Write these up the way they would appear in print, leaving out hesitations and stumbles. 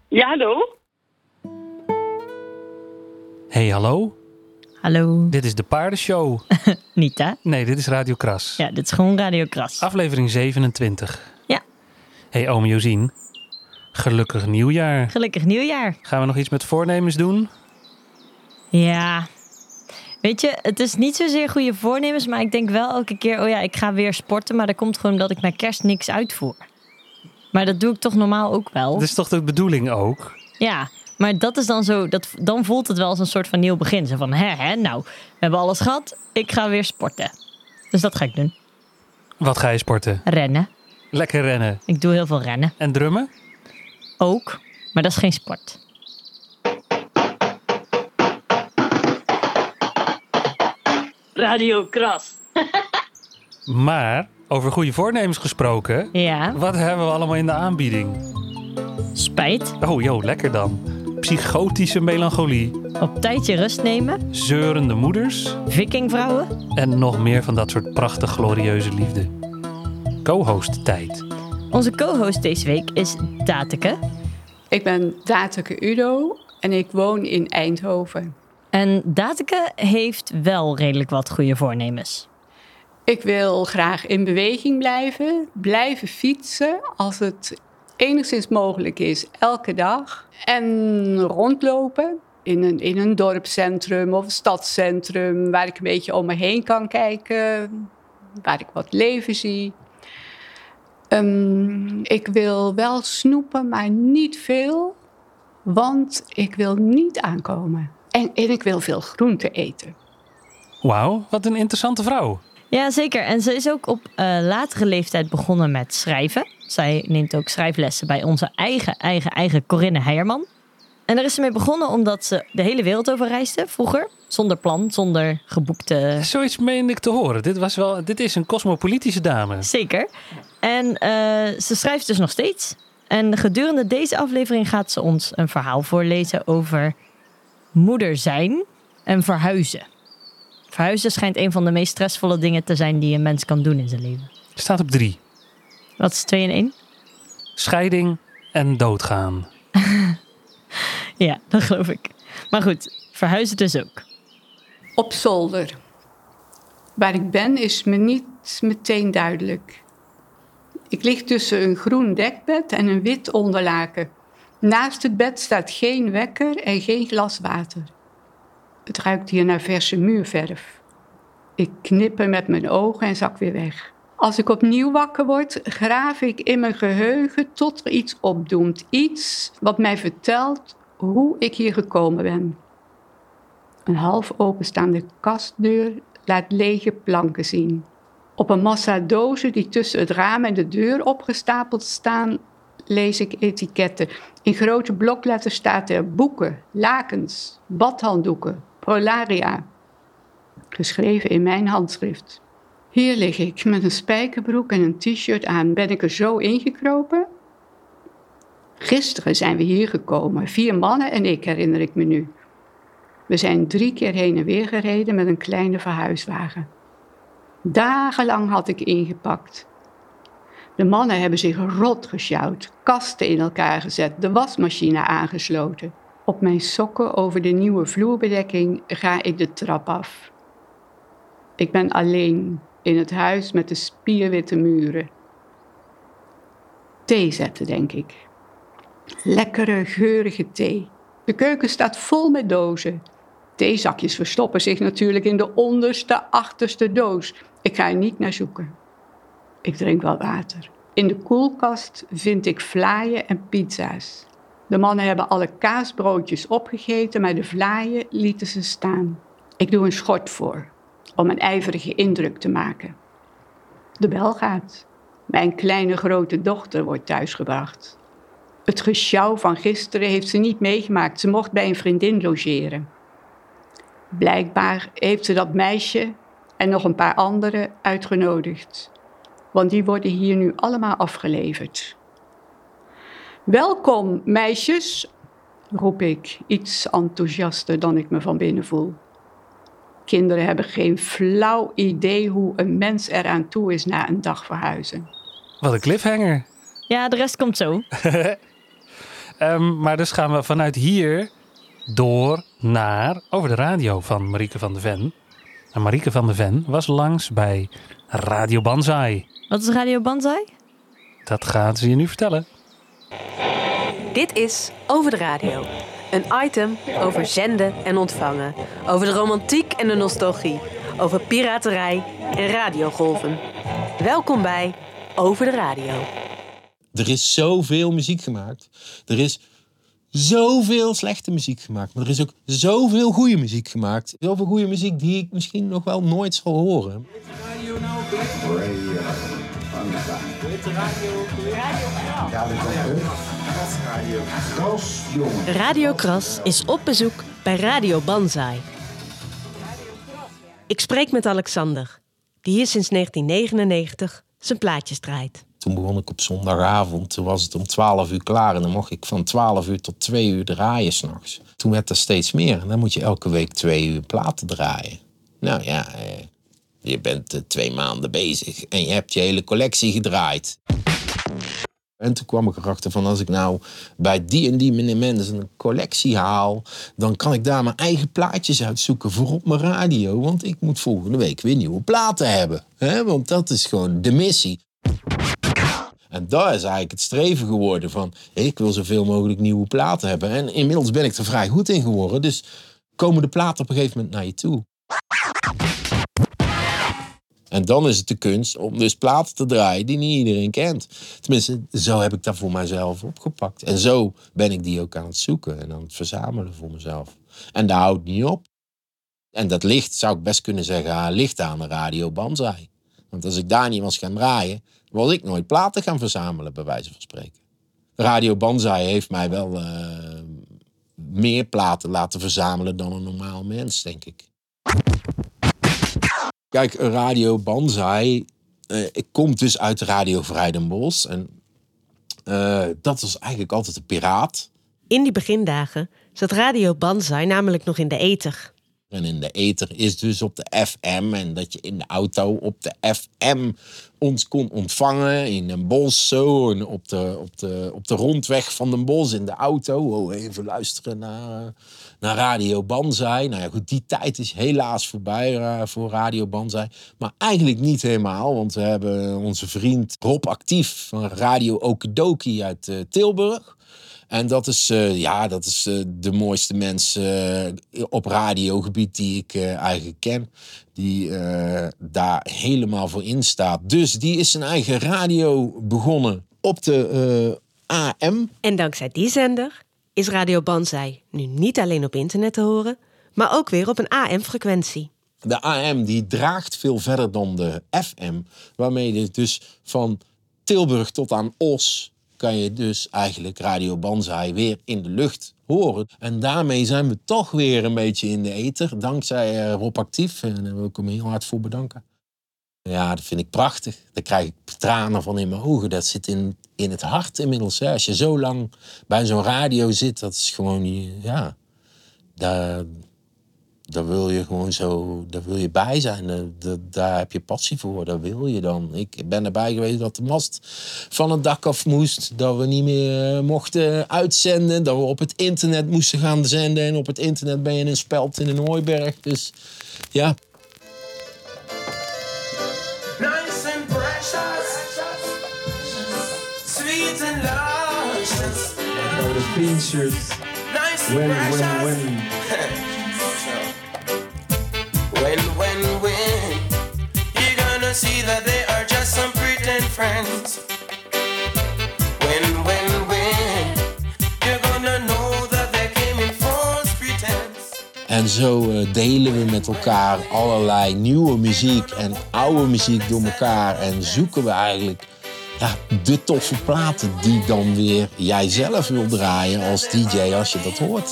Ja, hallo? Hey, hallo? Hallo. Dit is de paardenshow. Niet, hè? Nee, dit is Radio Kras. Ja, dit is gewoon Radio Kras. Aflevering 27. Ja. Hey, ome Josien. Gelukkig nieuwjaar. Gelukkig nieuwjaar. Gaan we nog iets met voornemens doen? Ja. Weet je, het is niet zozeer goede voornemens, maar ik denk wel elke keer, oh ja, ik ga weer sporten, maar dat komt gewoon omdat ik met kerst niks uitvoer. Maar dat doe ik toch normaal ook wel. Dat is toch de bedoeling ook? Ja, maar dat is dan zo, dan voelt het wel als een soort van nieuw begin. Zo van, nou, we hebben alles gehad, ik ga weer sporten. Dus dat ga ik doen. Wat ga je sporten? Rennen. Lekker rennen. Ik doe heel veel rennen. En drummen? Ook, maar dat is geen sport. Radio Kras. Maar, over goede voornemens gesproken. Ja, Wat hebben we allemaal in de aanbieding? spijt, Oh, joh, lekker dan. Psychotische melancholie. op tijd je rust nemen, Zeurende moeders. vikingvrouwen. En nog meer van dat soort prachtig glorieuze liefde. Co-host tijd. Onze co-host deze week is Dateke. Ik ben Dateke Udo en ik woon in Eindhoven. En Dateke heeft wel redelijk wat goede voornemens. Ik wil graag in beweging blijven fietsen als het enigszins mogelijk is, elke dag. En rondlopen in een dorpscentrum of een stadscentrum waar ik een beetje om me heen kan kijken, waar ik wat leven zie. Ik wil wel snoepen, maar niet veel, want ik wil niet aankomen. En ik wil veel groente eten. Wauw, wat een interessante vrouw. Ja, zeker. En ze is ook op latere leeftijd begonnen met schrijven. Zij neemt ook schrijflessen bij onze eigen Corinne Heijerman. En daar is ze mee begonnen omdat ze de hele wereld over reisde vroeger. Zonder plan, zonder geboekte... Zoiets meende ik te horen. Dit is een cosmopolitische dame. Zeker. En ze schrijft dus nog steeds. En gedurende deze aflevering gaat ze ons een verhaal voorlezen over moeder zijn en verhuizen. Verhuizen schijnt een van de meest stressvolle dingen te zijn die een mens kan doen in zijn leven. Staat op 3. Wat is 2 in 1? Scheiding en doodgaan. Ja, dat geloof ik. Maar goed, verhuizen dus ook. Op zolder. Waar ik ben is me niet meteen duidelijk. Ik lig tussen een groen dekbed en een wit onderlaken. Naast het bed staat geen wekker en geen glas water. Het ruikt hier naar verse muurverf. Ik knipper met mijn ogen en zak weer weg. Als ik opnieuw wakker word, graaf ik in mijn geheugen tot er iets opdoemt. Iets wat mij vertelt hoe ik hier gekomen ben. Een half openstaande kastdeur laat lege planken zien. Op een massa dozen die tussen het raam en de deur opgestapeld staan, lees ik etiketten. In grote blokletters staat er boeken, lakens, badhanddoeken, prolaria. Geschreven in mijn handschrift. Hier lig ik met een spijkerbroek en een t-shirt aan. Ben ik er zo ingekropen? Gisteren zijn we hier gekomen. 4 mannen en ik, herinner ik me nu. We zijn 3 keer heen en weer gereden met een kleine verhuiswagen. Dagenlang had ik ingepakt. De mannen hebben zich rot gesjouwd, kasten in elkaar gezet, de wasmachine aangesloten. Op mijn sokken over de nieuwe vloerbedekking ga ik de trap af. Ik ben alleen in het huis met de spierwitte muren. Thee zetten, denk ik. Lekkere, geurige thee. De keuken staat vol met dozen. Theezakjes verstoppen zich natuurlijk in de onderste, achterste doos. Ik ga er niet naar zoeken. Ik drink wel water. In de koelkast vind ik vlaaien en pizza's. De mannen hebben alle kaasbroodjes opgegeten, maar de vlaaien lieten ze staan. Ik doe een schort voor, om een ijverige indruk te maken. De bel gaat. Mijn kleine grote dochter wordt thuisgebracht. Het gesjouw van gisteren heeft ze niet meegemaakt. Ze mocht bij een vriendin logeren. Blijkbaar heeft ze dat meisje en nog een paar anderen uitgenodigd. Want die worden hier nu allemaal afgeleverd. Welkom, meisjes, roep ik, iets enthousiaster dan ik me van binnen voel. Kinderen hebben geen flauw idee hoe een mens eraan toe is na een dag verhuizen. Wat een cliffhanger. Ja, de rest komt zo. Maar dus gaan we vanuit hier door naar Over de Radio van Marieke van de Ven. En Marieke van de Ven was langs bij Radio Banzai. Wat is Radio Banzai? Dat gaat ze je nu vertellen. Dit is Over de Radio. Een item over zenden en ontvangen. Over de romantiek en de nostalgie. Over piraterij en radiogolven. Welkom bij Over de Radio. Er is zoveel muziek gemaakt. Er is zoveel slechte muziek gemaakt. Maar er is ook zoveel goede muziek gemaakt. Zoveel goede muziek die ik misschien nog wel nooit zal horen. Radio Kras is op bezoek bij Radio Banzai. Ik spreek met Alexander, die hier sinds 1999 zijn plaatjes draait. Toen begon ik op zondagavond. Toen was het om 12 uur klaar. En dan mocht ik van 12 uur tot 2 uur draaien 's nachts. Toen werd er steeds meer. En dan moet je elke week 2 uur platen draaien. Nou ja, je bent 2 maanden bezig. En je hebt je hele collectie gedraaid. En toen kwam ik erachter van, als ik nou bij die en die mensen een collectie haal, dan kan ik daar mijn eigen plaatjes uitzoeken voor op mijn radio. Want ik moet volgende week weer nieuwe platen hebben. Want dat is gewoon de missie. En daar is eigenlijk het streven geworden van, ik wil zoveel mogelijk nieuwe platen hebben. En inmiddels ben ik er vrij goed in geworden. Dus komen de platen op een gegeven moment naar je toe. En dan is het de kunst om dus platen te draaien die niet iedereen kent. Tenminste, zo heb ik dat voor mijzelf opgepakt. En zo ben ik die ook aan het zoeken en aan het verzamelen voor mezelf. En daar houdt niet op. En dat ligt, zou ik best kunnen zeggen, ligt aan de Radio Banzai. Want als ik daar niet was gaan draaien, was ik nooit platen gaan verzamelen, bij wijze van spreken. Radio Banzai heeft mij wel meer platen laten verzamelen dan een normaal mens, denk ik. Kijk, Radio Banzai, ik kom dus uit Radio Vrijdenbos. En dat was eigenlijk altijd een piraat. In die begindagen zat Radio Banzai namelijk nog in de ether. En in de ether is dus op de FM. En dat je in de auto op de FM ons kon ontvangen. In een bos zo. En op de rondweg van Den Bosch in de auto. Oh, even luisteren naar Radio Banzai. Nou ja, goed, die tijd is helaas voorbij voor Radio Banzai. Maar eigenlijk niet helemaal. Want we hebben onze vriend Rob Actief van Radio Okidoki uit Tilburg. En dat is de mooiste mens op radiogebied die ik eigenlijk ken. Die daar helemaal voor instaat. Dus die is zijn eigen radio begonnen op de AM. En dankzij die zender is Radio Banzai nu niet alleen op internet te horen, maar ook weer op een AM-frequentie. De AM die draagt veel verder dan de FM. Waarmee je dus van Tilburg tot aan Os kan je dus eigenlijk Radio Banzai weer in de lucht horen. En daarmee zijn we toch weer een beetje in de ether. Dankzij Rob Actief. En daar wil ik hem heel hard voor bedanken. Ja, dat vind ik prachtig. Daar krijg ik tranen van in mijn ogen. Dat zit in het hart inmiddels. Hè. Als je zo lang bij zo'n radio zit, dat is gewoon, ja, daar wil je gewoon zo, daar wil je bij zijn. Daar heb je passie voor, dat wil je dan. Ik ben erbij geweest dat de mast van het dak af moest. Dat we niet meer mochten uitzenden. Dat we op het internet moesten gaan zenden. En op het internet ben je een speld in een hooiberg. Dus ja. Nice and precious, sweet and luscious. The features. Nice and precious. When you're gonna see that they are just some pretend friends. When you're gonna know that they came in false pretense. En zo delen we met elkaar allerlei nieuwe muziek en oude muziek door elkaar. En zoeken we eigenlijk de toffe platen die dan weer jij zelf wil draaien als DJ als je dat hoort.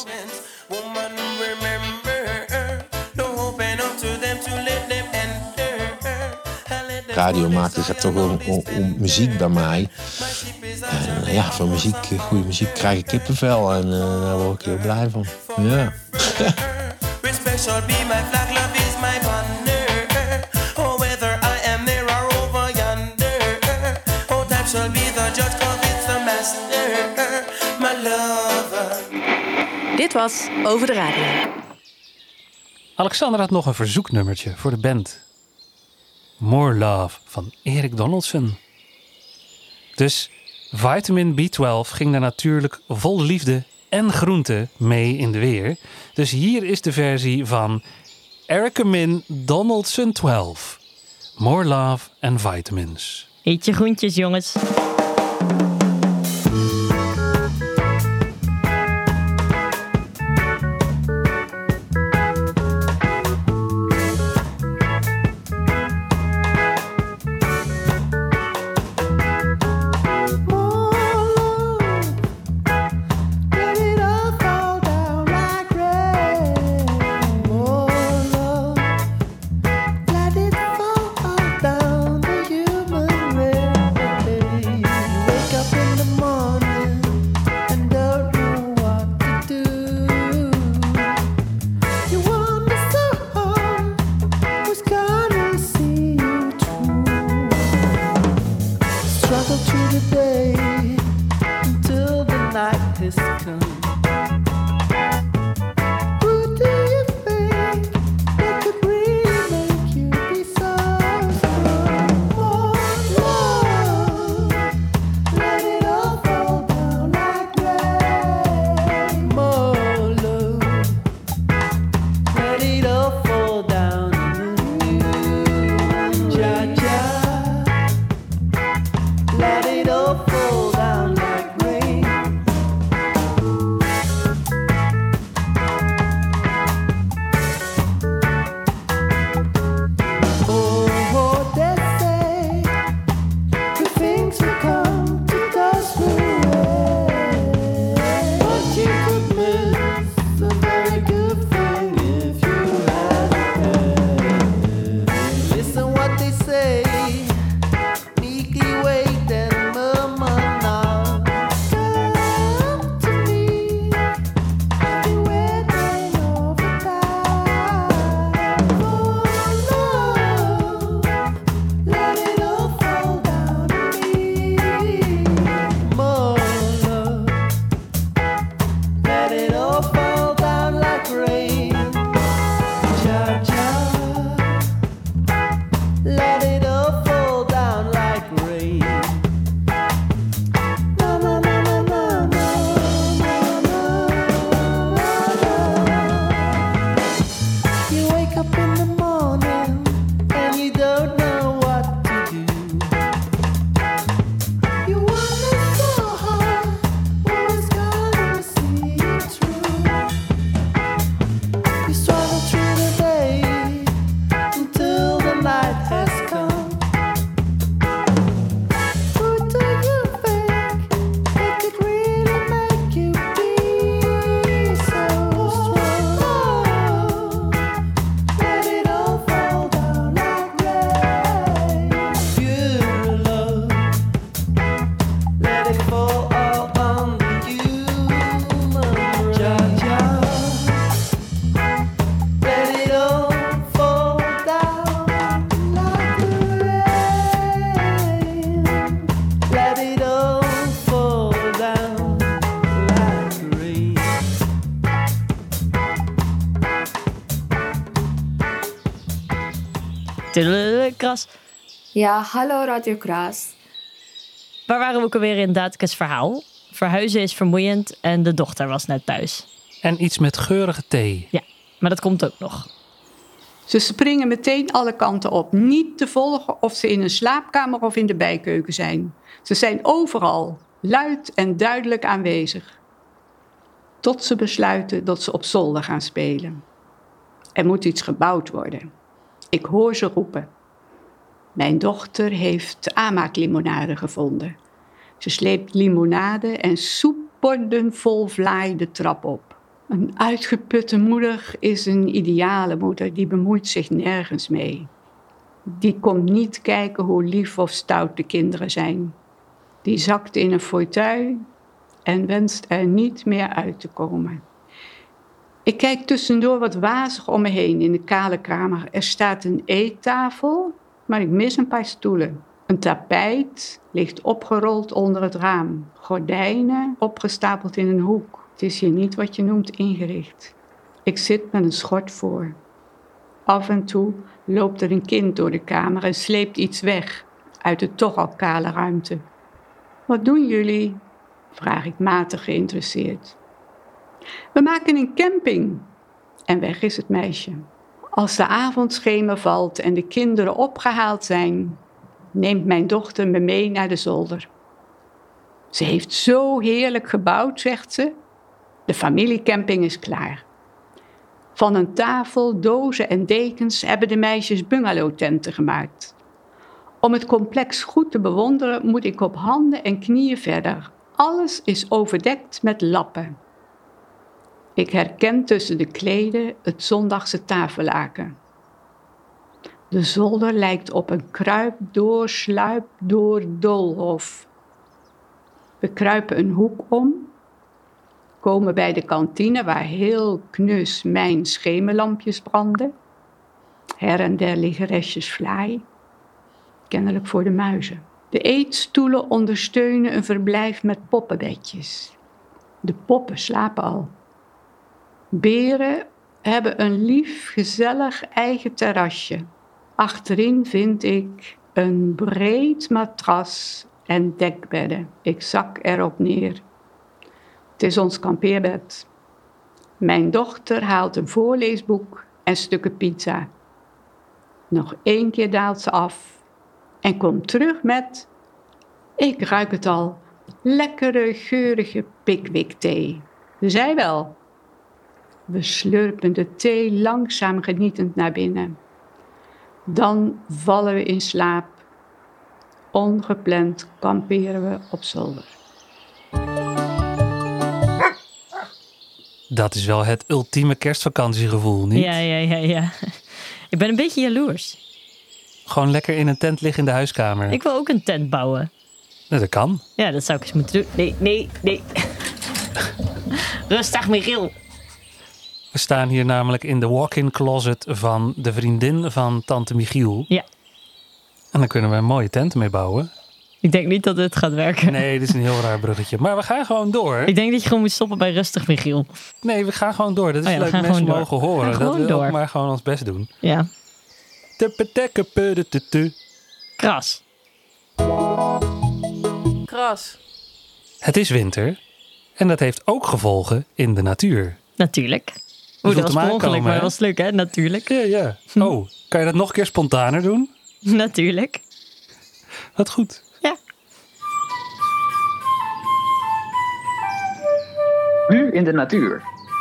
Radiomaker gaat toch om muziek bij mij. En ja, van muziek, goede muziek krijg ik kippenvel en daar word ik heel blij van. Ja. lover. Dit was Over de Radio. Alexander had nog een verzoeknummertje voor de band. More Love van Erik Donaldson. Dus Vitamin B12 ging daar natuurlijk vol liefde en groente mee in de weer. Dus hier is de versie van Ericamin Donaldson 12. More Love and Vitamins. Eet je groentjes, jongens. Kras. Ja, hallo Radio Kras. Waar waren we ook alweer in Dateke's verhaal? Verhuizen is vermoeiend en de dochter was net thuis. En iets met geurige thee. Ja, maar dat komt ook nog. Ze springen meteen alle kanten op. Niet te volgen of ze in een slaapkamer of in de bijkeuken zijn. Ze zijn overal, luid en duidelijk aanwezig. Tot ze besluiten dat ze op zolder gaan spelen. Er moet iets gebouwd worden. Ik hoor ze roepen. Mijn dochter heeft aanmaaklimonade gevonden. Ze sleept limonade en soepborden vol vlaai de trap op. Een uitgeputte moeder is een ideale moeder, die bemoeit zich nergens mee. Die komt niet kijken hoe lief of stout de kinderen zijn. Die zakt in een fauteuil en wenst er niet meer uit te komen. Ik kijk tussendoor wat wazig om me heen in de kale kamer. Er staat een eettafel, maar ik mis een paar stoelen. Een tapijt ligt opgerold onder het raam. Gordijnen opgestapeld in een hoek. Het is hier niet wat je noemt ingericht. Ik zit met een schort voor. Af en toe loopt er een kind door de kamer en sleept iets weg uit de toch al kale ruimte. Wat doen jullie? Vraag ik matig geïnteresseerd. We maken een camping. En weg is het meisje. Als de avondschemer valt en de kinderen opgehaald zijn, neemt mijn dochter me mee naar de zolder. Ze heeft zo heerlijk gebouwd, zegt ze. De familiecamping is klaar. Van een tafel, dozen en dekens hebben de meisjes bungalowtenten gemaakt. Om het complex goed te bewonderen moet ik op handen en knieën verder. Alles is overdekt met lappen. Ik herken tussen de kleden het zondagse tafellaken. De zolder lijkt op een kruip-door, sluip-door doolhof. We kruipen een hoek om, komen bij de kantine waar heel knus mijn schemerlampjes branden. Her en der liggen restjes vlaai, kennelijk voor de muizen. De eetstoelen ondersteunen een verblijf met poppenbedjes. De poppen slapen al. Beren hebben een lief, gezellig eigen terrasje. Achterin vind ik een breed matras en dekbedden. Ik zak erop neer. Het is ons kampeerbed. Mijn dochter haalt een voorleesboek en stukken pizza. Nog 1 keer daalt ze af en komt terug met, ik ruik het al, lekkere, geurige Pickwick-thee. Zij wel. We slurpen de thee langzaam genietend naar binnen. Dan vallen we in slaap. Ongepland kamperen we op zolder. Dat is wel het ultieme kerstvakantiegevoel, niet? Ja. Ik ben een beetje jaloers. Gewoon lekker in een tent liggen in de huiskamer. Ik wil ook een tent bouwen. Dat kan. Ja, dat zou ik eens moeten doen. Nee. Rustig, Michiel. We staan hier namelijk in de walk-in closet van de vriendin van tante Michiel. Ja. En dan kunnen we een mooie tent mee bouwen. Ik denk niet dat dit gaat werken. Nee, dit is een heel raar bruggetje. Maar we gaan gewoon door. Ik denk dat je gewoon moet stoppen bij rustig, Michiel. Nee, we gaan gewoon door. Dat is we leuk. gaan Mensen gewoon mogen door. horen. We gaan Dat we gewoon ook door. maar gewoon ons best doen. Ja. Kras. Kras. Het is winter. En dat heeft ook gevolgen in de natuur. Natuurlijk. voelt Dat was hem per ongeluk, aankomen, maar hè? dat was leuk, hè? Natuurlijk. Ja. Oh, kan je dat nog een keer spontaner doen? Natuurlijk. Wat goed. Ja. Nu in de natuur.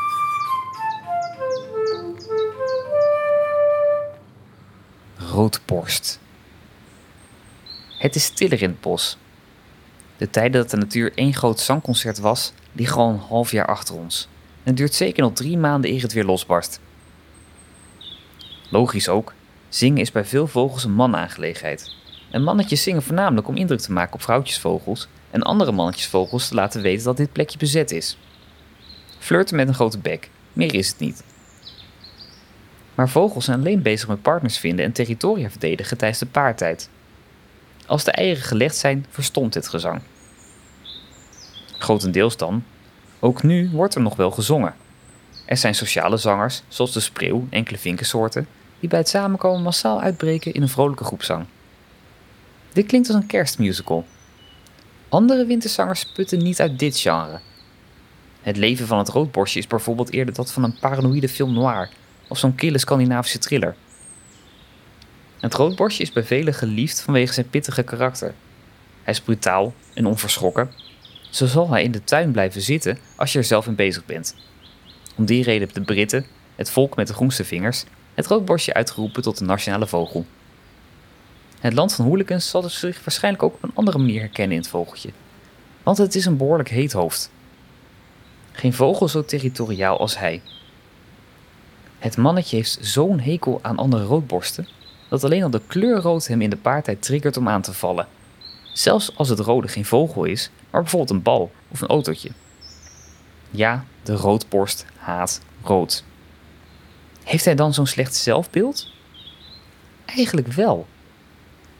Roodborst. Het is stiller in het bos. De tijden dat de natuur één groot zangconcert was, liggen al een half jaar achter ons. En het duurt zeker nog 3 maanden eer het weer losbarst. Logisch ook, zingen is bij veel vogels een mannenaangelegenheid. En mannetjes zingen voornamelijk om indruk te maken op vrouwtjesvogels en andere mannetjesvogels te laten weten dat dit plekje bezet is. Flirten met een grote bek, meer is het niet. Maar vogels zijn alleen bezig met partners vinden en territoria verdedigen tijdens de paartijd. Als de eieren gelegd zijn, verstomt dit gezang. Grotendeels dan. Ook nu wordt er nog wel gezongen. Er zijn sociale zangers, zoals de spreeuw, enkele vinkensoorten, die bij het samenkomen massaal uitbreken in een vrolijke groepszang. Dit klinkt als een kerstmusical. Andere winterzangers putten niet uit dit genre. Het leven van het roodborstje is bijvoorbeeld eerder dat van een paranoïde film noir of zo'n kille Scandinavische thriller. Het roodborstje is bij velen geliefd vanwege zijn pittige karakter. Hij is brutaal en onverschrokken. Zo zal hij in de tuin blijven zitten als je er zelf in bezig bent. Om die reden hebben de Britten, het volk met de groenste vingers, het roodborstje uitgeroepen tot de nationale vogel. Het land van hooligans zal zich waarschijnlijk ook op een andere manier herkennen in het vogeltje. Want het is een behoorlijk heet hoofd. Geen vogel zo territoriaal als hij. Het mannetje heeft zo'n hekel aan andere roodborsten dat alleen al de kleur rood hem in de paartijd triggert om aan te vallen. Zelfs als het rode geen vogel is, maar bijvoorbeeld een bal of een autootje. Ja, de roodborst haat rood. Heeft hij dan zo'n slecht zelfbeeld? Eigenlijk wel.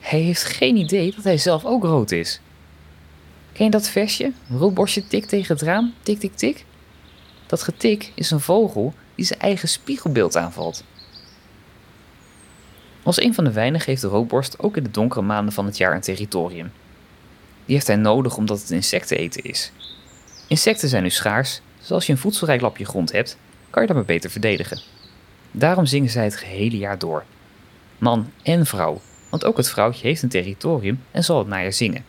Hij heeft geen idee dat hij zelf ook rood is. Ken je dat versje? Roodborstje tikt tegen het raam, tik, tik, tik. Dat getik is een vogel die zijn eigen spiegelbeeld aanvalt. Als een van de weinigen heeft de roodborst ook in de donkere maanden van het jaar een territorium. Die heeft hij nodig omdat het insecten eten is. Insecten zijn nu schaars, dus als je een voedselrijk lapje grond hebt, kan je dat maar beter verdedigen. Daarom zingen zij het gehele jaar door. Man en vrouw, want ook het vrouwtje heeft een territorium en zal het naar je zingen.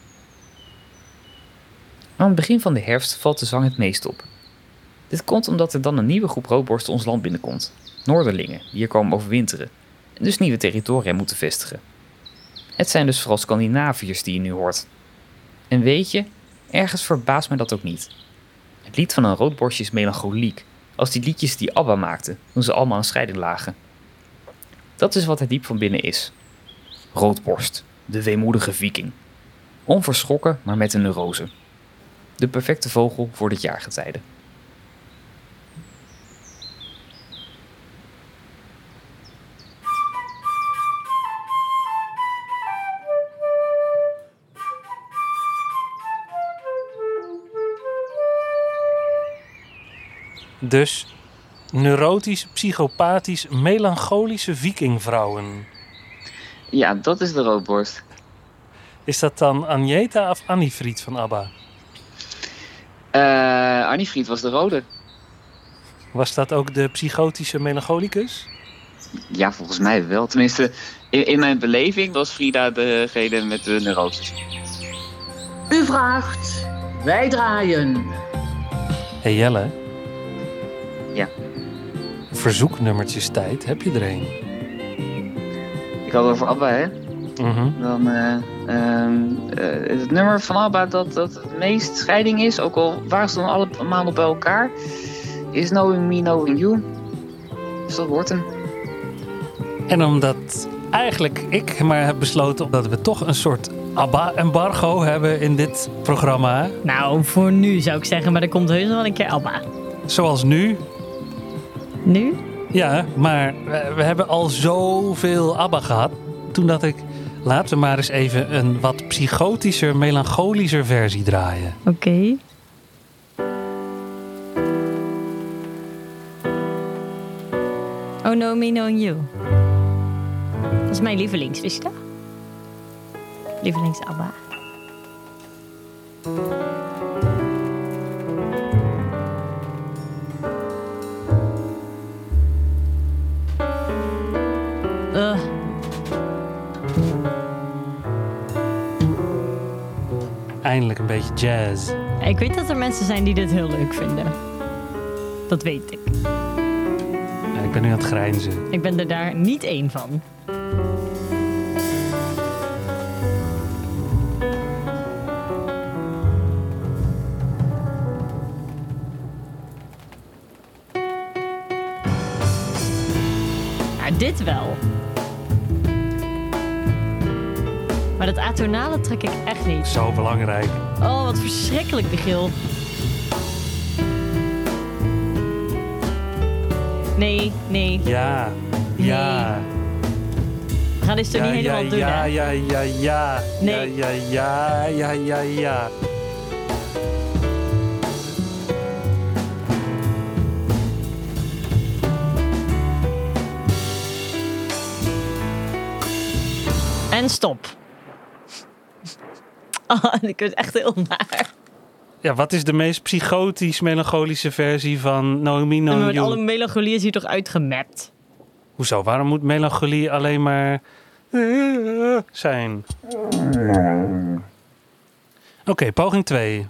Aan het begin van de herfst valt de zang het meest op. Dit komt omdat er dan een nieuwe groep roodborsten ons land binnenkomt. Noorderlingen, die hier komen overwinteren en dus nieuwe territoria moeten vestigen. Het zijn dus vooral Scandinaviërs die je nu hoort. En weet je, ergens verbaast mij dat ook niet. Het lied van een roodborstje is melancholiek, als die liedjes die ABBA maakte toen ze allemaal aan scheiding lagen. Dat is wat hij diep van binnen is. Roodborst, de weemoedige viking. Onverschrokken, maar met een neurose. De perfecte vogel voor dit jaargetijde. Dus neurotisch, psychopathisch, melancholische vikingvrouwen. Ja, dat is de roodborst. Is dat dan Agneta of Annifried van ABBA? Annifried was de rode. Was dat ook de psychotische melancholicus? Ja, volgens mij wel. Tenminste, in mijn beleving was Frida degene met de neuroses. U vraagt, wij draaien. Hey Jelle. Ja. Verzoeknummertjes tijd, heb je er een? Ik had het over ABBA, hè? Dan het nummer van ABBA dat het meest scheiding is, ook al waren ze dan allemaal bij elkaar, is Knowing Me, Knowing You. Dus dat wordt hem. En omdat eigenlijk ik maar heb besloten dat we toch een soort ABBA-embargo hebben in dit programma. Nou, voor nu zou ik zeggen, maar er komt heus nog wel een keer ABBA. Zoals nu. Nu? Ja, maar we hebben al zoveel ABBA gehad. Toen dacht ik, laten we maar eens even een wat psychotischer, melancholischer versie draaien. Oké. Oh, Know Me, Knowing You. Dat is mijn lievelings, wist je dat? Lievelings ABBA. Eindelijk een beetje jazz. Ik weet dat er mensen zijn die dit heel leuk vinden. Dat weet ik. Ja, ik ben nu aan het grijnzen. Ik ben er daar niet één van. Nou, dit wel. Maar dat atonale trek ik echt niet. Zo belangrijk. Oh, wat verschrikkelijk, Michiel. Nee. Ja. Nee. Ja. We gaan dit zo niet helemaal doen, hè? Ja. Nee. Ja. En stop. Oh, ik word echt heel naar. Ja, wat is de meest psychotisch melancholische versie van Knowing Me, Knowing You? Alle melancholie is hier toch uitgemapt? Hoezo? Waarom moet melancholie alleen maar zijn? Oké, poging 2.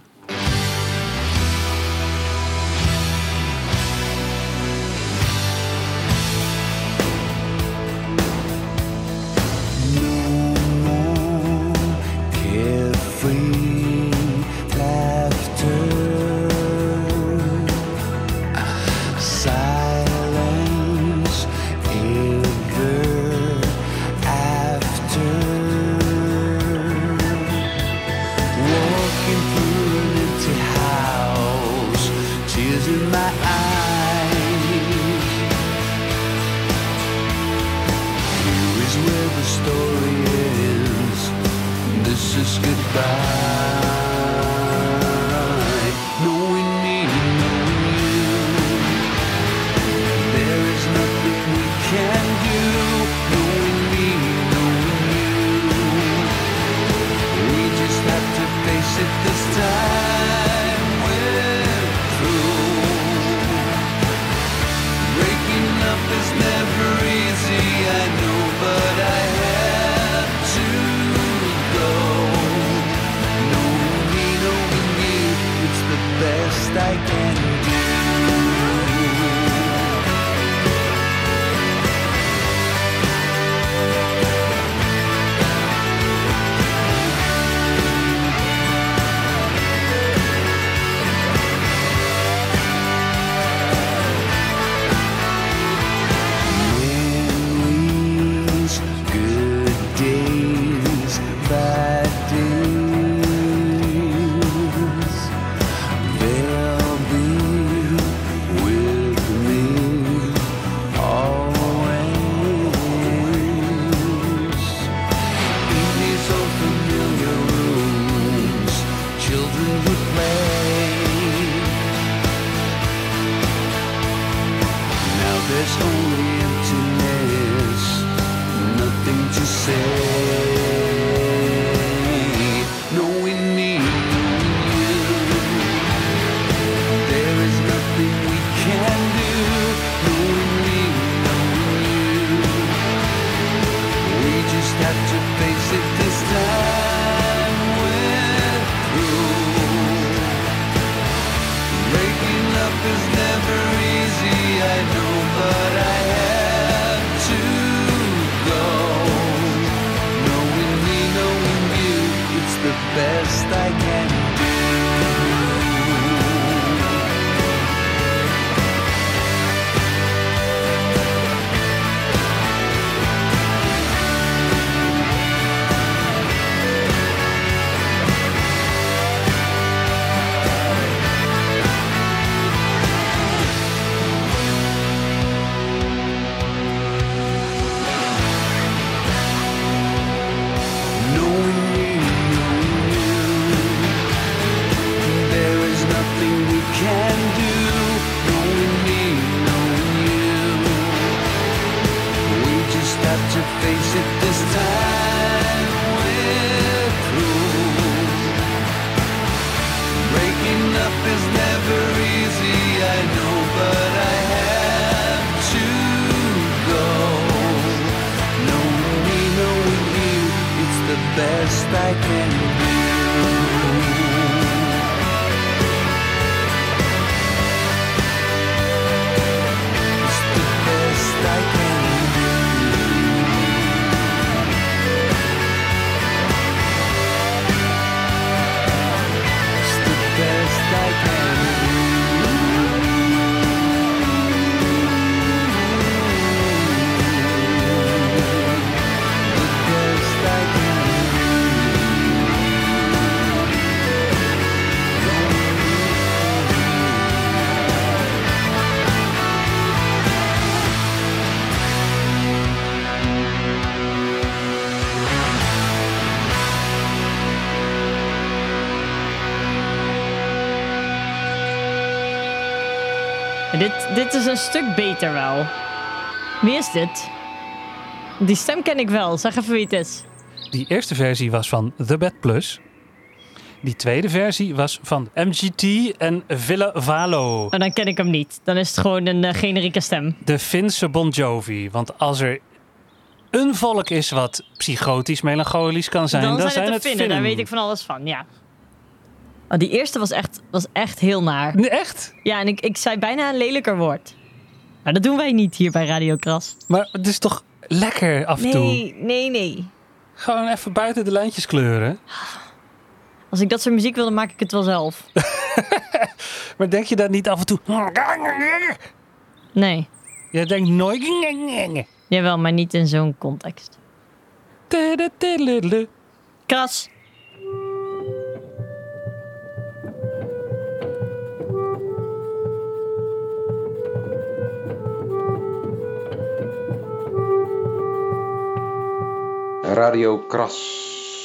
is where the story ends. This is goodbye. Knowing me, knowing you. There is nothing we can do. Knowing me, knowing you. We just have to face it this time. We're through. Breaking up is never easy, I know, but I have to go. Knowing me, knowing you, it's the best I can do. Memories, good days, bad days, they'll be with me always. In these old familiar rooms, children would play. Now there's only emptiness, nothing to say. Knowing me, knowing you, there is nothing we can do. Knowing me, knowing you, we just have to face it this time. We're through. Breaking up is never easy, I know, but I have to go. Knowing me, knowing you, it's the best I can do. Knowing me, knowing you, there is nothing we can do. Knowing me, knowing you, we just have to face it this time. We're through. Breaking up is never easy, I know, but I have to go. Knowing me, knowing you, it's the best I can do. It's the best I can do. It's the best I can do. The best I can Dit is een stuk beter wel. Wie is dit? Die stem ken ik wel. Zeg even wie het is. Die eerste versie was van The Bad Plus. Die tweede versie was van MGT en Ville Valo. En dan ken ik hem niet. Dan is het gewoon een generieke stem. De Finse Bon Jovi. Want als er een volk is wat psychotisch melancholisch kan zijn, dan zijn het Finnen. Daar weet ik van alles van, ja. Oh, die eerste was echt heel naar. Echt? Ja, en ik zei bijna een lelijker woord. Maar dat doen wij niet hier bij Radio Kras. Maar het is toch lekker af en toe? Nee. Gewoon even buiten de lijntjes kleuren. Als ik dat soort muziek wil, dan maak ik het wel zelf. Maar denk je dat niet af en toe? Nee. Je denkt nooit. Jawel, maar niet in zo'n context. Kras. Radio Kras.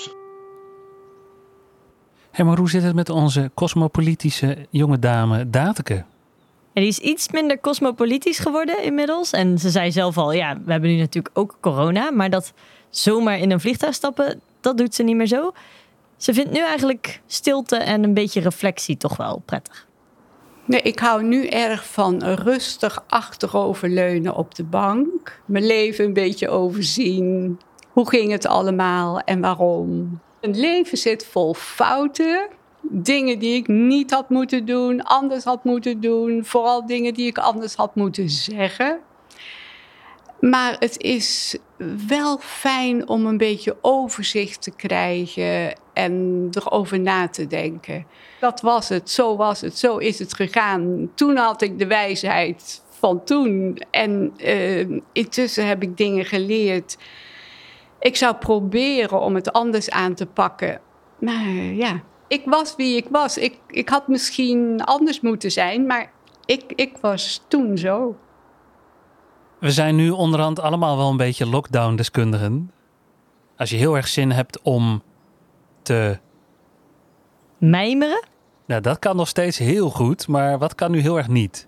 Hé, maar hoe zit het met onze cosmopolitische jonge dame Dateke? En die is iets minder cosmopolitisch geworden inmiddels. En ze zei zelf al, ja, we hebben nu natuurlijk ook corona. Maar dat zomaar in een vliegtuig stappen, dat doet ze niet meer zo. Ze vindt nu eigenlijk stilte en een beetje reflectie toch wel prettig. Nee, ik hou nu erg van rustig achteroverleunen op de bank. Mijn leven een beetje overzien. Hoe ging het allemaal en waarom? Een leven zit vol fouten. Dingen die ik niet had moeten doen, anders had moeten doen. Vooral dingen die ik anders had moeten zeggen. Maar het is wel fijn om een beetje overzicht te krijgen en erover na te denken. Dat was het, zo is het gegaan. Toen had ik de wijsheid van toen. En intussen heb ik dingen geleerd. Ik zou proberen om het anders aan te pakken. Maar ja, ik was wie ik was. Ik had misschien anders moeten zijn, maar ik was toen zo. We zijn nu onderhand allemaal wel een beetje lockdown-deskundigen. Als je heel erg zin hebt om te mijmeren? Nou, dat kan nog steeds heel goed, maar wat kan nu heel erg niet?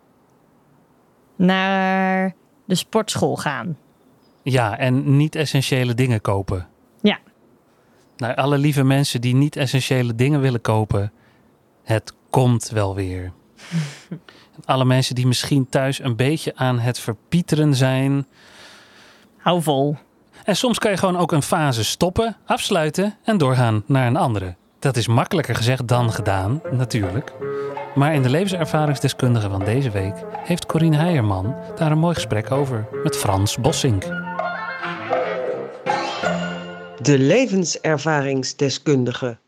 Naar de sportschool gaan. Ja, en niet-essentiële dingen kopen. Ja. Nou, alle lieve mensen die niet-essentiële dingen willen kopen, het komt wel weer. Alle mensen die misschien thuis een beetje aan het verpieteren zijn. Hou vol. En soms kan je gewoon ook een fase stoppen, afsluiten en doorgaan naar een andere. Dat is makkelijker gezegd dan gedaan, natuurlijk. Maar in de levenservaringsdeskundige van deze week heeft Corine Heijerman daar een mooi gesprek over met Frans Bossink. De levenservaringsdeskundige.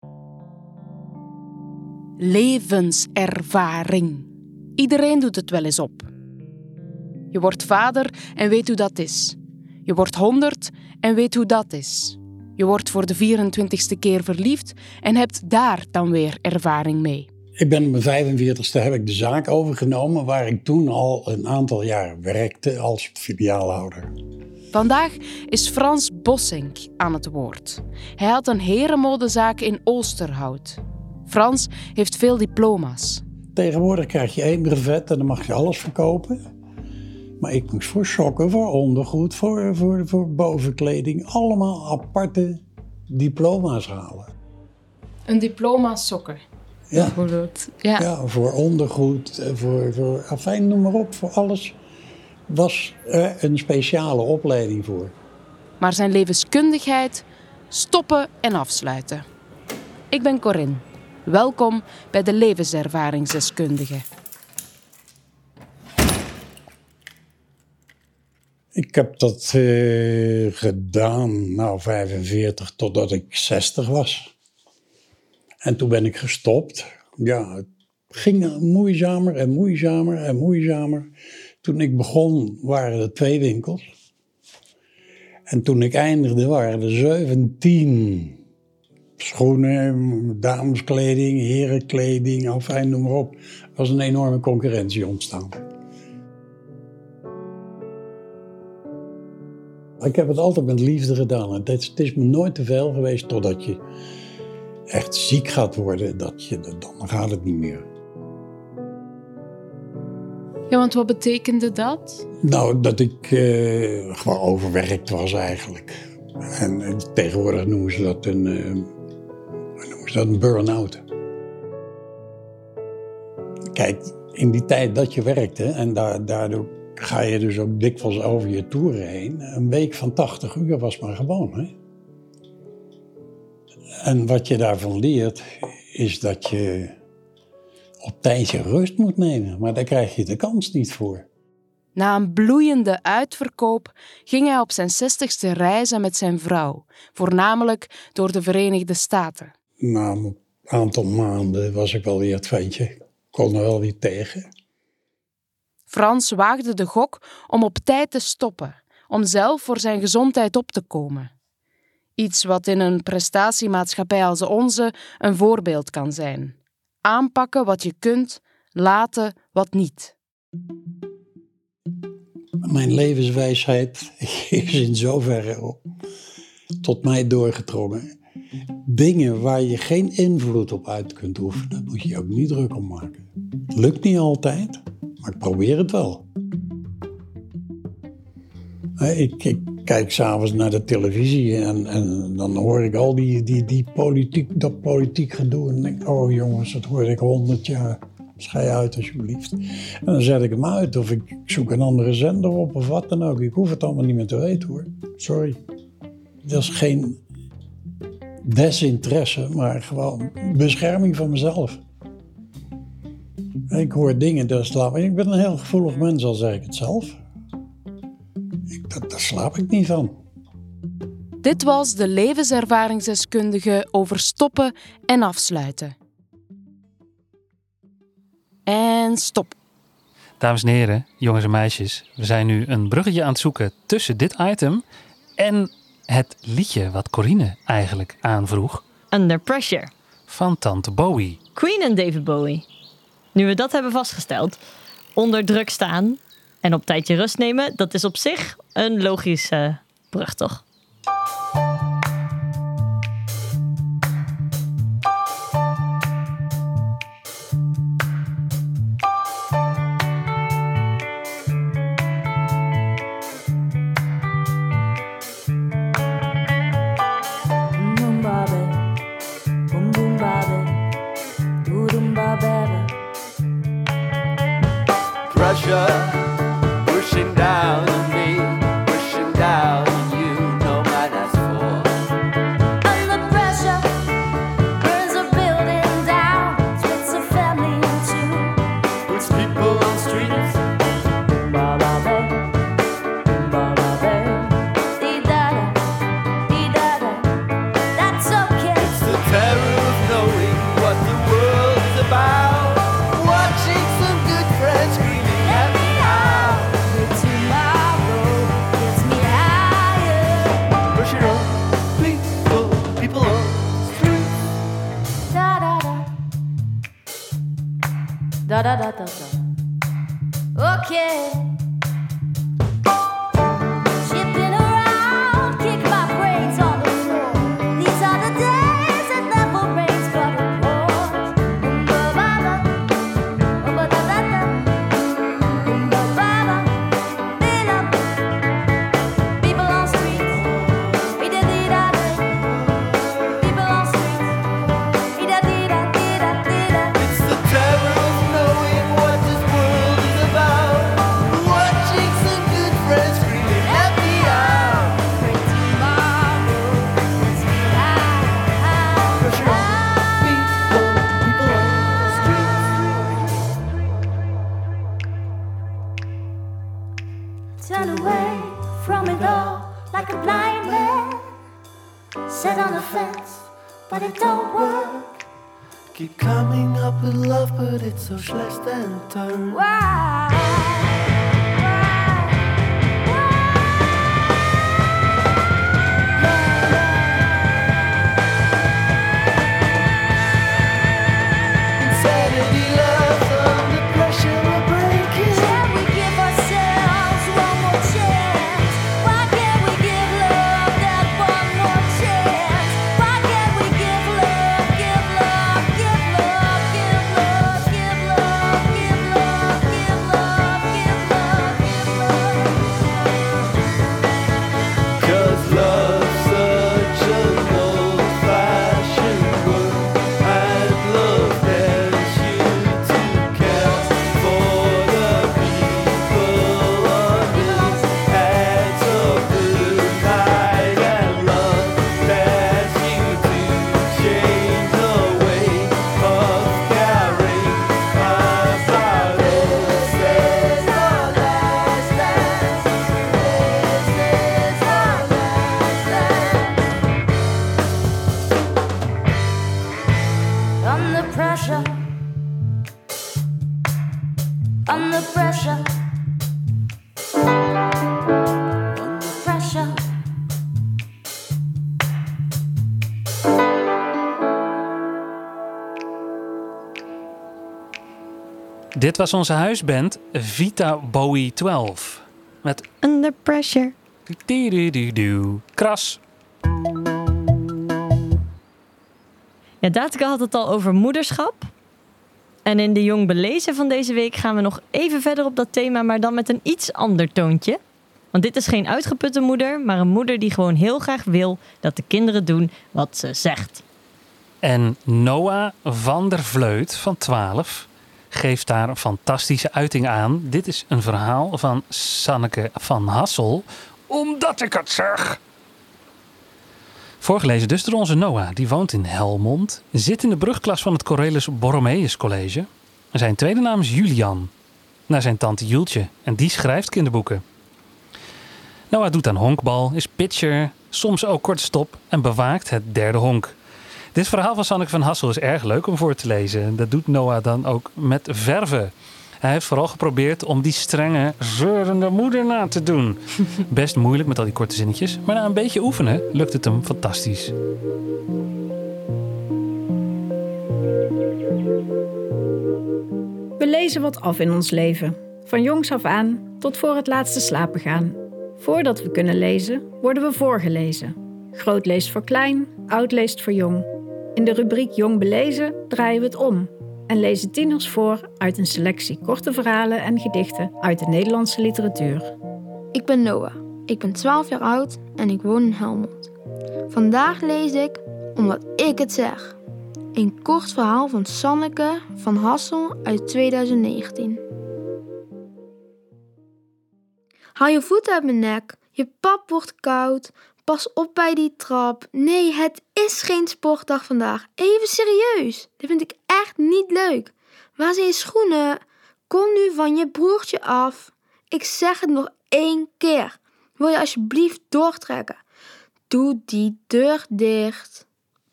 Levenservaring. Iedereen doet het wel eens op. Je wordt vader en weet hoe dat is. Je wordt 100 en weet hoe dat is. Je wordt voor de 24ste keer verliefd en hebt daar dan weer ervaring mee. Ik ben op mijn 45ste heb ik de zaak overgenomen waar ik toen al een aantal jaar werkte als filiaalhouder. Vandaag is Frans Bossink aan het woord. Hij had een herenmodezaak in Oosterhout. Frans heeft veel diploma's. Tegenwoordig krijg je 1 brevet en dan mag je alles verkopen. Maar ik moest voor sokken, voor ondergoed, voor bovenkleding allemaal aparte diploma's halen. Een diploma sokken. Ja. Bijvoorbeeld. Ja, voor ondergoed, voor afijn, noem maar op, voor alles was er een speciale opleiding voor. Maar zijn levenskundigheid, stoppen en afsluiten. Ik ben Corinne. Welkom bij de levenservaringsdeskundige. Ik heb dat gedaan, 45, totdat ik 60 was. En toen ben ik gestopt. Ja, het ging moeizamer en moeizamer en moeizamer. Toen ik begon waren er 2 winkels. En toen ik eindigde waren er 17 schoenen, dameskleding, herenkleding, afijn, noem maar op. Er was een enorme concurrentie ontstaan. Ik heb het altijd met liefde gedaan. Het is me nooit te veel geweest totdat je echt ziek gaat worden. Dan gaat het niet meer. Ja, want wat betekende dat? Nou, dat ik gewoon overwerkt was eigenlijk. En tegenwoordig noemen ze dat een burn-out. Kijk, in die tijd dat je werkte en daardoor ga je dus ook dikwijls over je toeren heen. Een week van 80 uur was maar gewoon, hè. En wat je daarvan leert, is dat je op tijd je rust moet nemen. Maar daar krijg je de kans niet voor. Na een bloeiende uitverkoop ging hij op zijn 60ste reizen met zijn vrouw. Voornamelijk door de Verenigde Staten. Na een aantal maanden was ik wel weer het ventje. Ik kon er wel weer tegen. Frans waagde de gok om op tijd te stoppen. Om zelf voor zijn gezondheid op te komen. Iets wat in een prestatiemaatschappij als onze een voorbeeld kan zijn. Aanpakken wat je kunt, laten wat niet. Mijn levenswijsheid is in zoverre tot mij doorgedrongen. Dingen waar je geen invloed op uit kunt oefenen, moet je ook niet druk om maken. Het lukt niet altijd, maar ik probeer het wel. Ik kijk s'avonds naar de televisie en dan hoor ik al die politiek gedoe. En denk, oh jongens, dat hoor ik 100 jaar. Schei uit alsjeblieft. En dan zet ik hem uit of ik zoek een andere zender op of wat dan ook. Ik hoef het allemaal niet meer te weten hoor. Sorry. Dat is geen desinteresse, maar gewoon bescherming van mezelf. Ik hoor dingen, daar slaap ik. Ik ben een heel gevoelig mens, al zeg ik het zelf. Daar slaap ik niet van. Dit was de levenservaringsdeskundige over stoppen en afsluiten. En stop. Dames en heren, jongens en meisjes, we zijn nu een bruggetje aan het zoeken tussen dit item en het liedje wat Corine eigenlijk aanvroeg. Under Pressure. Van Tante Bowie. Queen en David Bowie. Nu we dat hebben vastgesteld, onder druk staan en op tijdje rust nemen, dat is op zich een logische brug, toch? Pressure pushing down on me, pushing down on you, no man asked for. Under pressure, burns a building down, splits a family in two, Puts people on streets, that's okay. it's the terror of knowing what the world is about. Watching some good friends screaming at me out. Tomorrow gets me higher. Pushing on people on streets. Da da da. Da da da da da. Okay. Shipping around, kick my brains on the floor. These are the days that never rains but it pours. Ba-ba-ba. Ba-da-da-da. Ba-ba-ba. People on streets. Be-da-dee-da-da. People on streets. Be-da-dee-da-dee-da-dee-da. It's the terror of knowing what this world is about. Watching some good friends screaming at me out. Pressure on people on streets. Turn away from it all like a blind man. Set on a fence, but it don't work. Keep coming up with love, but it's so schlecht and turn. Why? Insanity loves under pressure we're breaking. Can we give ourselves one more chance? Why can't we give love that one more chance? Why can't we give love, give love, give love, give love, give love, give love, give love, give love, give love? 'Cause love's such an old-fashioned word, and love tells you to care for the people on this edge of the night, and love tells you to change the way of caring about us. This is our last dance. This is our last dance. Under pressure. Under pressure. Under pressure. Dit was onze huisband Vita Bowie 12. Met Under Pressure. Kras. Ja, Datica had het al over moederschap. En in de Jong Belezen van deze week gaan we nog even verder op dat thema, maar dan met een iets ander toontje. Want dit is geen uitgeputte moeder, maar een moeder die gewoon heel graag wil dat de kinderen doen wat ze zegt. En Noah van der Vleut van 12 geeft daar een fantastische uiting aan. Dit is een verhaal van Sanneke van Hassel, omdat ik het zeg. Voorgelezen dus door onze Noah. Die woont in Helmond, zit in de brugklas van het Cornelis Borromeus College. En zijn tweede naam is Julian, naar zijn tante Jultje. En die schrijft kinderboeken. Noah doet aan honkbal, is pitcher, soms ook kortstop en bewaakt het derde honk. Dit verhaal van Sanneke van Hassel is erg leuk om voor te lezen. Dat doet Noah dan ook met verven. Hij heeft vooral geprobeerd om die strenge, zeurende moeder na te doen. Best moeilijk met al die korte zinnetjes, maar na een beetje oefenen lukt het hem fantastisch. We lezen wat af in ons leven. Van jongs af aan tot voor het laatste slapen gaan. Voordat we kunnen lezen, worden we voorgelezen. Groot leest voor klein, oud leest voor jong. In de rubriek Jong Belezen draaien we het om en lezen tieners voor uit een selectie korte verhalen en gedichten uit de Nederlandse literatuur. Ik ben Noah, ik ben 12 jaar oud en ik woon in Helmond. Vandaag lees ik Omdat ik het zeg. Een kort verhaal van Sanneke van Hassel uit 2019. Haal je voet uit mijn nek, je pap wordt koud. Pas op bij die trap. Nee, het is geen sportdag vandaag. Even serieus. Dit vind ik echt niet leuk. Waar zijn je schoenen? Kom nu van je broertje af. Ik zeg het nog 1 keer. Wil je alsjeblieft doortrekken? Doe die deur dicht.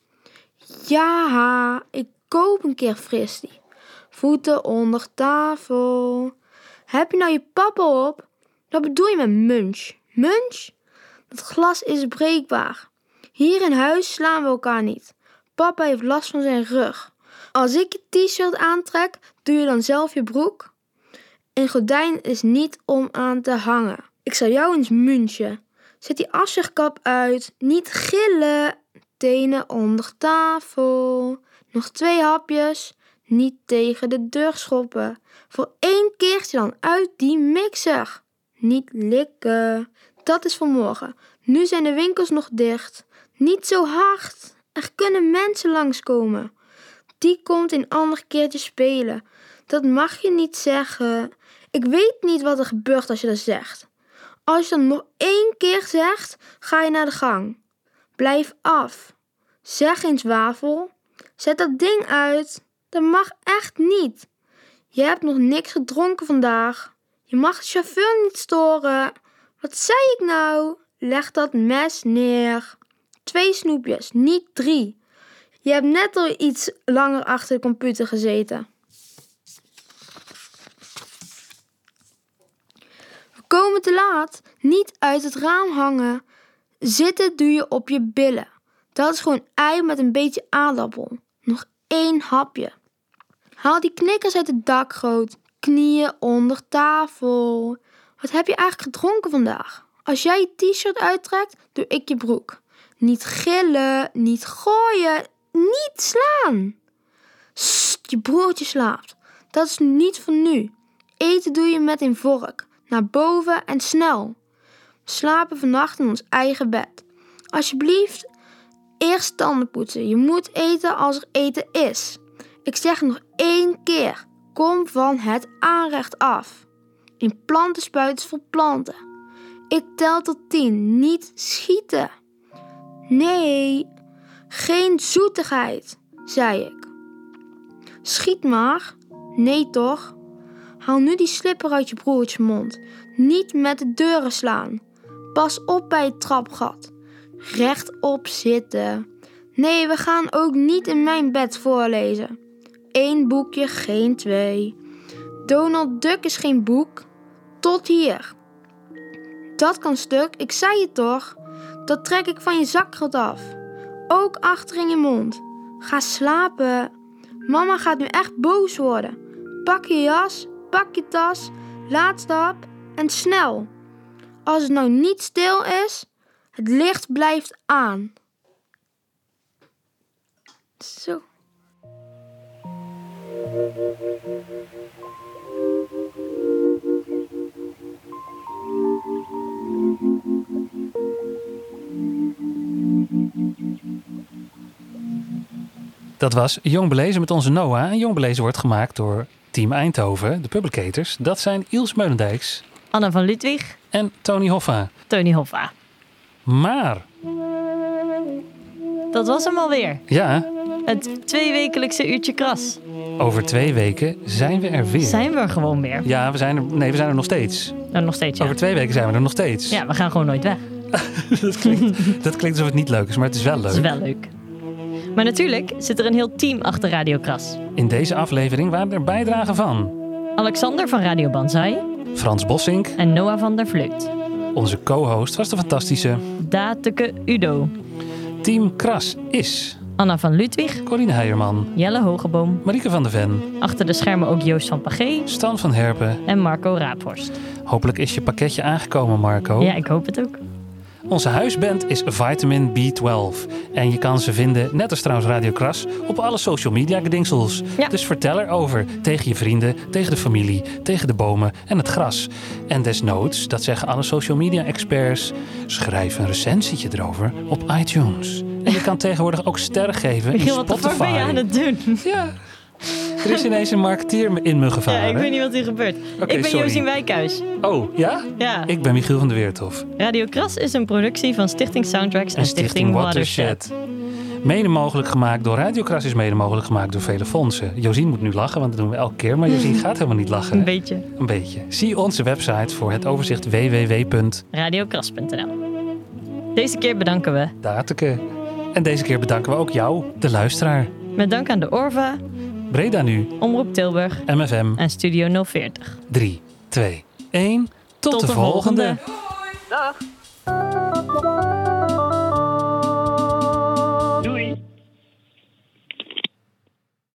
Ja, ik koop een keer fristie. Voeten onder tafel. Heb je nou je pap al op? Wat bedoel je met munch? Munch? Dat glas is breekbaar. Hier in huis slaan we elkaar niet. Papa heeft last van zijn rug. Als ik je t-shirt aantrek, doe je dan zelf je broek? Een gordijn is niet om aan te hangen. Ik zal jou eens munchen. Zet die afzegkap uit. Niet gillen. Tenen onder tafel. Nog 2 hapjes. Niet tegen de deur schoppen. Voor 1 keertje dan uit die mixer. Niet likken. Dat is voor morgen. Nu zijn de winkels nog dicht. Niet zo hard. Er kunnen mensen langskomen. Die komt een ander keertje spelen. Dat mag je niet zeggen. Ik weet niet wat er gebeurt als je dat zegt. Als je dan nog 1 keer zegt, ga je naar de gang. Blijf af. Zeg eens wafel. Zet dat ding uit. Dat mag echt niet. Je hebt nog niks gedronken vandaag. Je mag de chauffeur niet storen. Wat zei ik nou? Leg dat mes neer. 2 snoepjes, niet 3. Je hebt net al iets langer achter de computer gezeten. We komen te laat. Niet uit het raam hangen. Zitten doe je op je billen. Dat is gewoon ei met een beetje aardappel. Nog 1 hapje. Haal die knikkers uit het dakgoot. Knieën onder tafel. Wat heb je eigenlijk gedronken vandaag? Als jij je t-shirt uittrekt, doe ik je broek. Niet gillen, niet gooien, niet slaan. Sst, je broertje slaapt. Dat is niet voor nu. Eten doe je met een vork. Naar boven en snel. We slapen vannacht in ons eigen bed. Alsjeblieft, eerst tanden poetsen. Je moet eten als er eten is. Ik zeg nog 1 keer. Kom van het aanrecht af. In plantenspuiters voor planten. Ik tel tot 10. Niet schieten. Nee, geen zoetigheid, zei ik. Schiet maar. Nee toch? Haal nu die slipper uit je broertje mond. Niet met de deuren slaan. Pas op bij het trapgat. Rechtop zitten. Nee, we gaan ook niet in mijn bed voorlezen. 1 boekje, geen 2. Donald Duck is geen boek. Tot hier. Dat kan stuk, ik zei het toch. Dat trek ik van je zakgeld af. Ook achter in je mond. Ga slapen. Mama gaat nu echt boos worden. Pak je jas, pak je tas, laatste hap en snel. Als het nou niet stil is, het licht blijft aan. Zo. Dat was Jong Belezen met onze Noah. En Jong Belezen wordt gemaakt door Team Eindhoven, de Publicators. Dat zijn Iels Meulendijks, Anna van Ludwig en Tony Hoffa. Tony Hoffa. Maar, Dat was hem alweer. ja, Het 2-wekelijkse uurtje kras. over 2 weken zijn we er weer. Zijn we er gewoon weer? Ja, we zijn er nog steeds. Nog steeds, ja. Over 2 weken zijn we er nog steeds. Ja, we gaan gewoon nooit weg. Dat klinkt alsof het niet leuk is, maar het is wel leuk. Het is wel leuk. Maar natuurlijk zit er een heel team achter Radio Kras. In deze aflevering waren er bijdragen van Alexander van Radio Banzai Frans Bossink. En Noah van der Vleut. Onze co-host was de fantastische Dateke Udo. Team Kras is Anna van Ludwig, Corine Heijerman, Jelle Hogeboom, Marieke van der Ven, achter de schermen ook Joost van Pagé, Stan van Herpen en Marco Raaphorst. Hopelijk is je pakketje aangekomen, Marco. Ja, ik hoop het ook. Onze huisband is Vitamin B12. En je kan ze vinden, net als trouwens Radio Kras, op alle social media gedingsels. Ja. Dus vertel erover tegen je vrienden, tegen de familie, tegen de bomen en het gras. En desnoods, dat zeggen alle social media experts, schrijf een recensietje erover op iTunes. En je kan tegenwoordig ook sterren geven in Michiel, wat de Spotify. fuck ben je aan het doen? Ja. Er is ineens een marketeer in me gevaren. Ja, ik weet niet wat hier gebeurt. Oké, Ik ben sorry. Josien Wijkhuis. Oh, ja? Ja. Ik ben Michiel van der Weerthof. Radio Kras is een productie van Stichting Soundtracks en Stichting Watershed. Mede mogelijk gemaakt door Radio Kras is mede mogelijk gemaakt door vele fondsen. Josien moet nu lachen, want dat doen we elke keer. Maar Josien gaat helemaal niet lachen. Een beetje. Een beetje. Zie onze website voor het overzicht www. Radiokras.nl. Deze keer bedanken we. Dateke. En deze keer bedanken we ook jou, de luisteraar. Met dank aan de Orva, Breda Nu, Omroep Tilburg MFM en Studio 040. 3, 2, 1. Tot de volgende. Dag.